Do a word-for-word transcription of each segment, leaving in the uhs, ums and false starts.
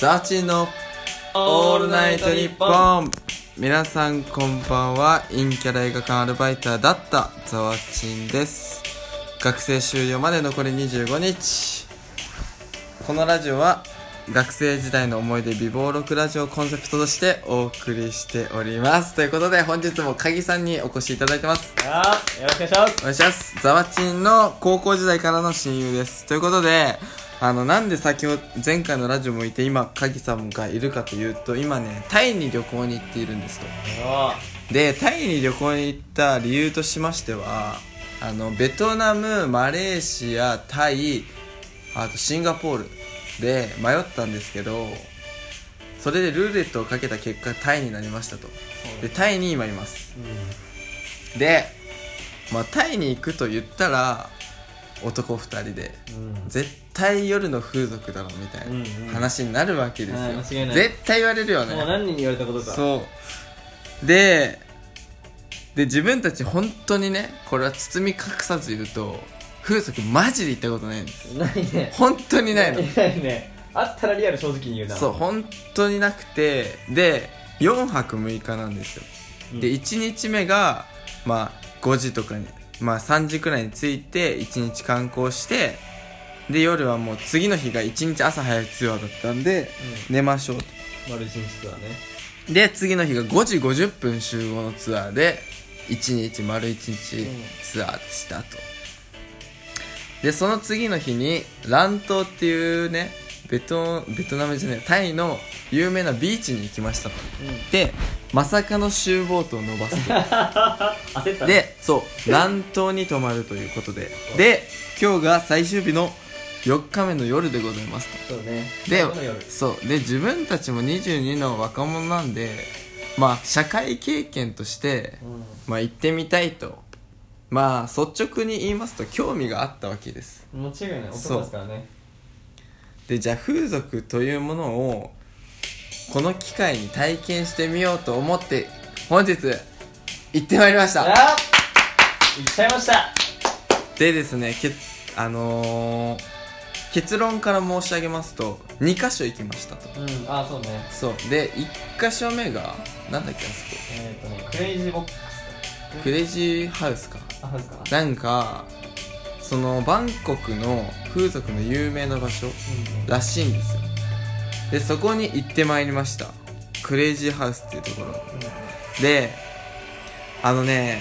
ザワチンのオールナイトニッポン。皆さんこんばんは。陰キャラ映画館アルバイターだったザワチンです。学生終了まで残りにじゅうごにち。このラジオは学生時代の思い出美貌録ラジオをコンセプトとしてお送りしております。ということで本日も鍵さんにお越しいただいてます。 よろしくお願いします。 お願いします。ザワチンの高校時代からの親友です。ということで、あのなんで先ほど前回のラジオもいて今鍵さんがいるかというと、今ねタイに旅行に行っているんですと。でタイに旅行に行った理由としましては、あのベトナム、マレーシア、タイ、あとシンガポールで迷ったんですけど、それでルーレットをかけた結果タイになりましたと。でタイに今います、うん、で、まあ、タイに行くと言ったら男ふたりで、うん、絶対夜の風俗だろみたいな話になるわけですよ、うんうん、絶対言われるよね。 もう何人に言われたことか。 そうでで自分たち本当にね、これは包み隠さず言うと風俗マジで行ったことないんです。 ないね。 本当にないの。 ないね。あったらリアル正直に言うな。 そう本当になくて、でよんはくむいかなんですよ、うん、でいちにちめがまあごじとかに、まあさんじくらいに着いていちにち観光して、で夜はもう次の日がいちにち朝早いツアーだったんで、うん、寝ましょうと。 丸いちにちツアーね。 で次の日がごじごじゅっぷん集合のツアーでいちにち丸いちにちツアーしたと、うん、でその次の日にラン島っていうね、ベトベトナムじゃないタイの有名なビーチに行きましたと、うん、でまさかのシューボートを伸ばすと焦った、ね、 でそうラン島に泊まるということでで今日が最終日のよっかめの夜でございますと。 そうね。 でそうで自分たちもにじゅうにの若者なんで、まあ社会経験として、うん、まあ行ってみたいと、まあ率直に言いますと興味があったわけです。 間違いない、男ですからね。 でじゃあ風俗というものをこの機会に体験してみようと思って本日行ってまいりました。 行っちゃいました。 でですね、けあのー、結論から申し上げますとにかしょ行きましたと。 うん、あ、そうね。 そうでいっかしょめがなんだっけ、あそこえーとねクレイジーボックスクレイジーハウスか。 あ、ハウスか。 なんかそのバンコクの風俗の有名な場所らしいんですよ。でそこに行ってまいりました。クレイジーハウスっていうところ、うん、であのね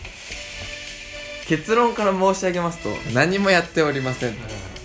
結論から申し上げますと何もやっておりません、うん、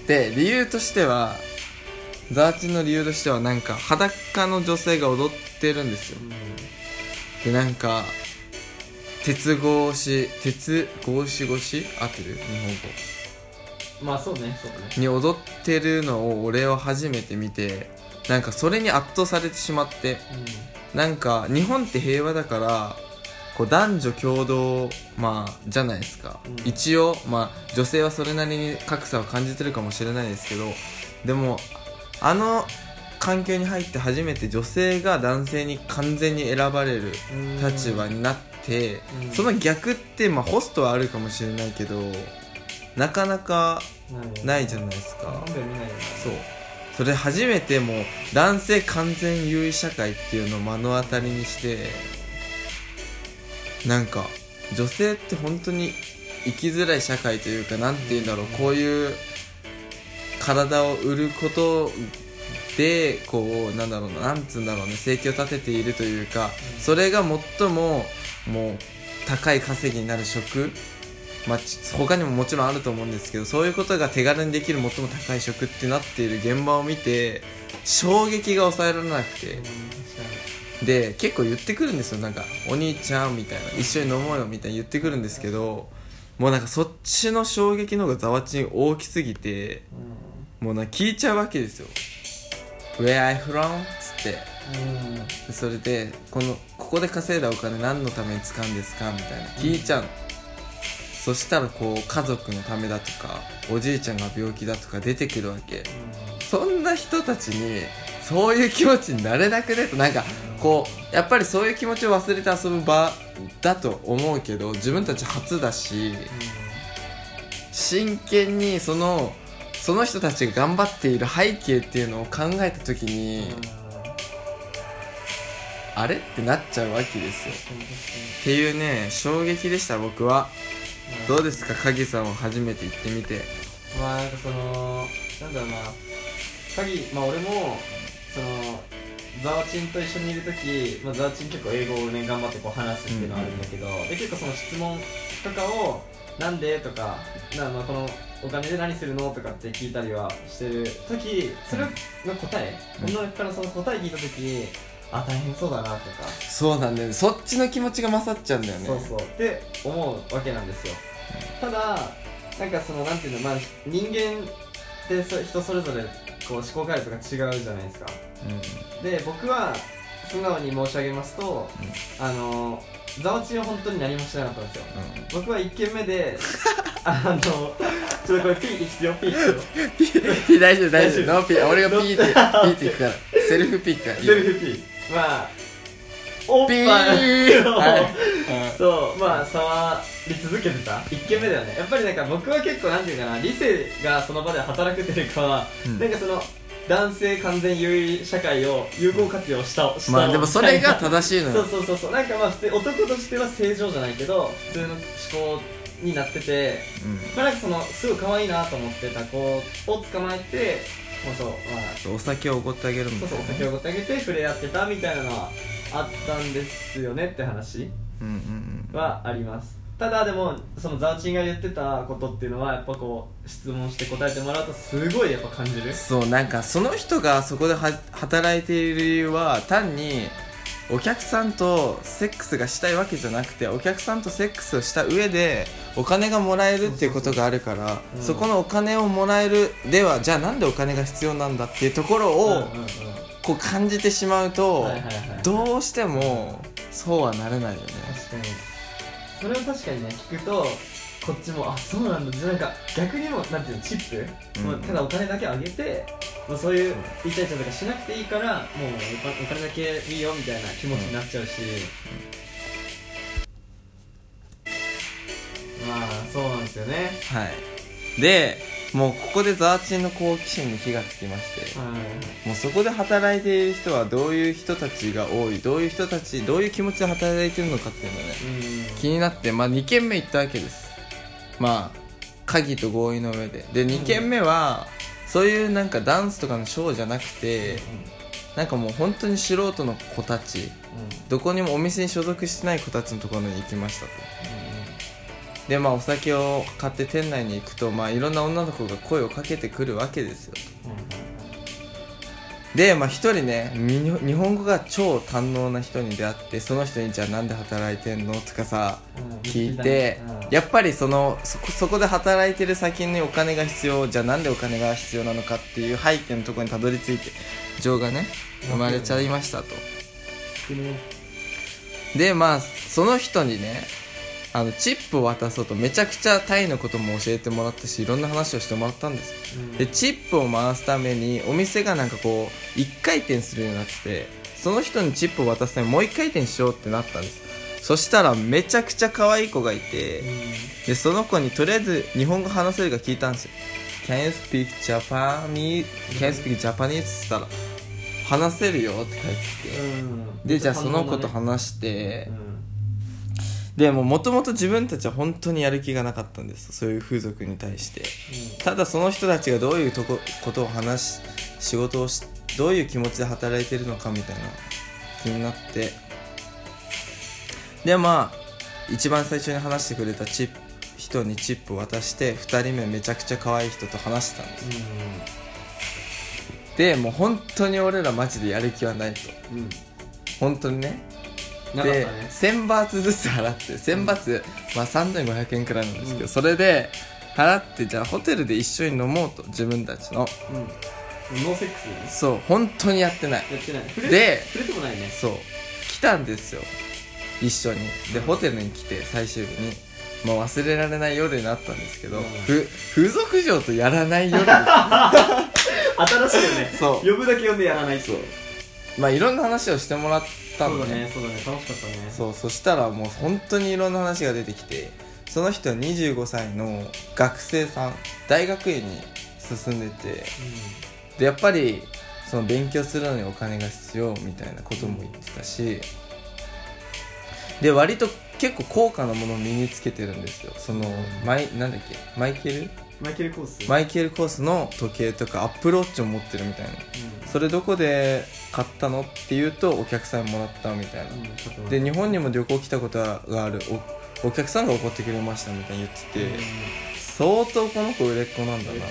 で理由としてはザワチンの理由としてはなんか裸の女性が踊ってるんですよ、うん、でなんか鉄格子鉄格子越し合ってる日本語、まあそうねそうねに踊ってるのを俺は初めて見て、なんかそれに圧倒されてしまって、うん、なんか日本って平和だからこう男女共同まあじゃないですか、うん、一応まあ女性はそれなりに格差を感じてるかもしれないですけど、でもあの環境に入って初めて女性が男性に完全に選ばれる立場になって、うん、その逆ってまあホストはあるかもしれないけどなかなかないじゃないですか。そうそれ初めてもう男性完全優位社会っていうのを目の当たりにして、なんか女性って本当に生きづらい社会というか、なんていうんだろう、こういう体を売ることでこうなんだろうな、なんつうんだろうね、生計を立てているというか、それが最ももう高い稼ぎになる職、まあ、他にももちろんあると思うんですけど、そういうことが手軽にできる最も高い職ってなっている現場を見て衝撃が抑えられなくて、で結構言ってくるんですよ。なんかお兄ちゃんみたいな、一緒に飲もうよみたいに言ってくるんですけど、もうなんかそっちの衝撃の方がザワチン大きすぎて、もうなんか聞いちゃうわけですよ。 Where I from? つって、うん、それでこのここで稼いだお金何のために使うんですかみたいな聞いちゃうの、うん、そしたらこう家族のためだとかおじいちゃんが病気だとか出てくるわけ、うん、そんな人たちにそういう気持ちになれなくねと、なんかこうやっぱりそういう気持ちを忘れて遊ぶ場だと思うけど、自分たち初だし、うん、真剣にそのその人たちが頑張っている背景っていうのを考えた時に、あれってなっちゃうわけですよっていうね、衝撃でした僕は。どうですか鍵さんは初めて行ってみて。 まあなんかそのなんだろうな、鍵まあ俺もそのザワチンと一緒にいるとき、まあ、ザワチン結構英語をね頑張ってこう話すっていうのはあるんだけど、うん、で結構その質問とかをなんでとかな、まあ、このお金で何するのとかって聞いたりはしてるとき、それの答え、うん、女の子からその答え聞いたとき、あ大変そうだなとか、 そうなんだよね、そっちの気持ちが勝っちゃうんだよね。 そうそうって思うわけなんですよ。ただなんかそのなんていうの、まあ人間ってそ人それぞれこう思考回路とか違うじゃないですか、うん、で僕は素直に申し上げますと、うん、あのザワチンは本当に何もしてなかったんですよ、うん、僕はいっけんめであのちょっとこれピー必要ピー必要ピー大丈夫大丈夫ノーピー、俺がピーってピーっていくからセルフピーからセルフピー、まあおっぱいそうまあ触り続けてたいっけんめだよね。やっぱりなんか僕は結構なんていうかな、理性がその場で働くというかは、うん、なんかその男性完全優位社会を有効活用した、したまあでもそれが正しいのよ。 そうそうそうそう、なんかまあ普通男としては正常じゃないけど普通の思考になってて、うん、まあなんかそのすごい可愛いなと思ってた子を捕まえて、もうそうまあお酒をおごってあげるみたいな、 そうそうお酒をおごってあげて触れ合ってたみたいなのはあったんですよねって話はあります。ただでもそのザワチンが言ってたことっていうのはやっぱこう質問して答えてもらうとすごいやっぱ感じる。 そうなんかその人がそこでは働いている理由は単にお客さんとセックスがしたいわけじゃなくて、お客さんとセックスをした上でお金がもらえるっていうことがあるから、そこのお金をもらえるではじゃあなんでお金が必要なんだっていうところをこう感じてしまうとどうしてもそうはなれないよね。 確かにそれを確かにね聞くとこっちもあそうなんだ、じゃあなんか逆にもなんていうのチップ、うん、もうただお金だけあげてもうそういうイチャイチャとかしなくていいからもうお金だけいいよみたいな気持ちになっちゃうし、うん、まあそうなんですよね。 はいでもうここでザワチンの好奇心に火がつきまして、はい、もうそこで働いている人はどういう人たちが多い、どういう人たちどういう気持ちで働いているのかっていうのね、うん、気になって、まあ、にけんめ行ったわけです。まあ鍵と合意の上ででにけんめは、うん、そういうなんかダンスとかのショーじゃなくて、うん、なんかもう本当に素人の子たち、うん、どこにもお店に所属してない子たちのところに行きましたと、うん、でまあお酒を買って店内に行くと、まあ、いろんな女の子が声をかけてくるわけですよ、うん、でまあ一人ね日本語が超堪能な人に出会って、その人にじゃあなんで働いてんのとかさ、うん、聞いて、うん、やっぱりその そ, そこで働いてる先にお金が必要、じゃあなんでお金が必要なのかっていう背景のところにたどり着いて情がね生まれちゃいましたと、うん、でまあその人にねあのチップを渡そうとめちゃくちゃタイのことも教えてもらったし、いろんな話をしてもらったんです、うん、でチップを回すためにお店がなんかこう一回転するようになってて、その人にチップを渡すためにもう一回転しようってなったんです。そしたらめちゃくちゃ可愛い子がいて、うん、でその子にとりあえず日本語話せるか聞いたんですよ。 Can you speak Japanese? Can you speak Japanese? って言ったら話せるよって書いてて、うん、でじゃあその子と話して、うんでももともと自分たちは本当にやる気がなかったんです、そういう風俗に対して、うん、ただその人たちがどういうとこことを話し仕事をしどういう気持ちで働いてるのかみたいな気になって、でまあ一番最初に話してくれたチップ人にチップを渡してふたりめめちゃくちゃ可愛い人と話してたんです、うん、でもう本当に俺らマジでやる気はないと、うん、本当にねで、ね、せんバーツずつ払ってせんバーツ、まあ、さんぜんごひゃくえんくらいなんですけど、うん、それで払ってじゃあホテルで一緒に飲もうと自分たちの、 うん、ノーセックス、ね、 そう本当にやってないやってない触れで触れてもないね。 そう来たんですよ一緒にで、うん、ホテルに来て最終日に、まあ、忘れられない夜になったんですけど、うん、ふ風俗嬢とやらない夜新しいよね。そう呼ぶだけ呼んでやらないと、 まあいろんな話をしてもらったのね。 そうだねそうだね楽しかったね。 そうそしたらもう本当にいろんな話が出てきて、その人はにじゅうごさいの学生さん、大学院に進んでて、でやっぱりその勉強するのにお金が必要みたいなことも言ってたし、で割と結構高価なものを身につけてるんですよ。そのマイなんだっけマイケルマイケルコースマイケルコースの時計とかアップルウォッチを持ってるみたいな、うん、それどこで買ったのっていうとお客さんにもらったみたいな、うん、で日本にも旅行来たことがある お, お客さんが怒ってくれましたみたいに言ってて、うん、相当この子売れっ子なんだなみたいな、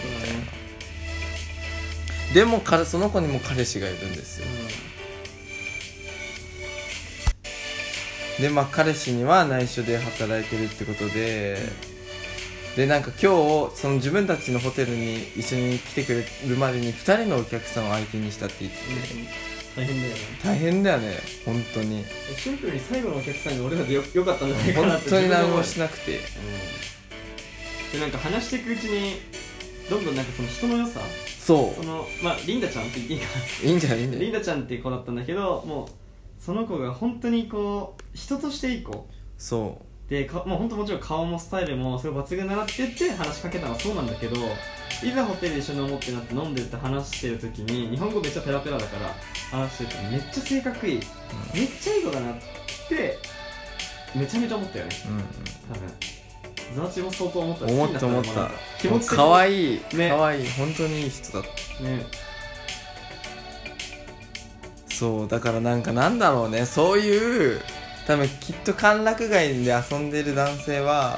うん、でもその子にも彼氏がいるんですよ、うん、でまあ彼氏には内緒で働いてるってことで、でなんか今日その自分たちのホテルに一緒に来てくれるまでにふたりのお客さんを相手にしたって言ってて、 うん、大変だよね大変だよね本当に。 シンプルに最後のお客さんが俺らで よ, よかったんじゃないかなって本当に何もしなくて、 うん、でなんか話していくうちにどんどんなんかその人の良さ、 そうそのまあリンダちゃんって言っていいかいいんじゃないいいんじゃないリンダちゃんっていう子だったんだけど、もうその子が本当にこう人としていい子、 そうでか、まあ、本当もちろん顔もスタイルもそれ抜群だなって言って話しかけたのはそうなんだけど、いざホテル一緒に思ってなって飲んでって話してる時に日本語めっちゃペラペラだから話してるとめっちゃ性格いい、うん、めっちゃいい子だなってめちゃめちゃ思ったよね、うんうん、多分ザワチも相当思った思った思った気持ちかわいい、 ね、 かわいい本当にいい人だったね。 そうだからなんかなんだろうね、そういう多分きっと歓楽街で遊んでる男性は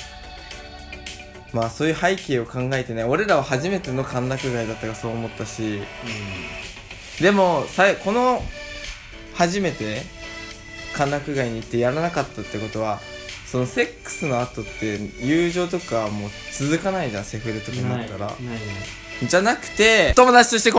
まあそういう背景を考えてね、俺らは初めての歓楽街だったからそう思ったし、うん、でもさこの初めて歓楽街に行ってやらなかったってことは、そのセックスの後って友情とかもう続かないじゃん、セフレとかになったら、 ないないないじゃなくて友達として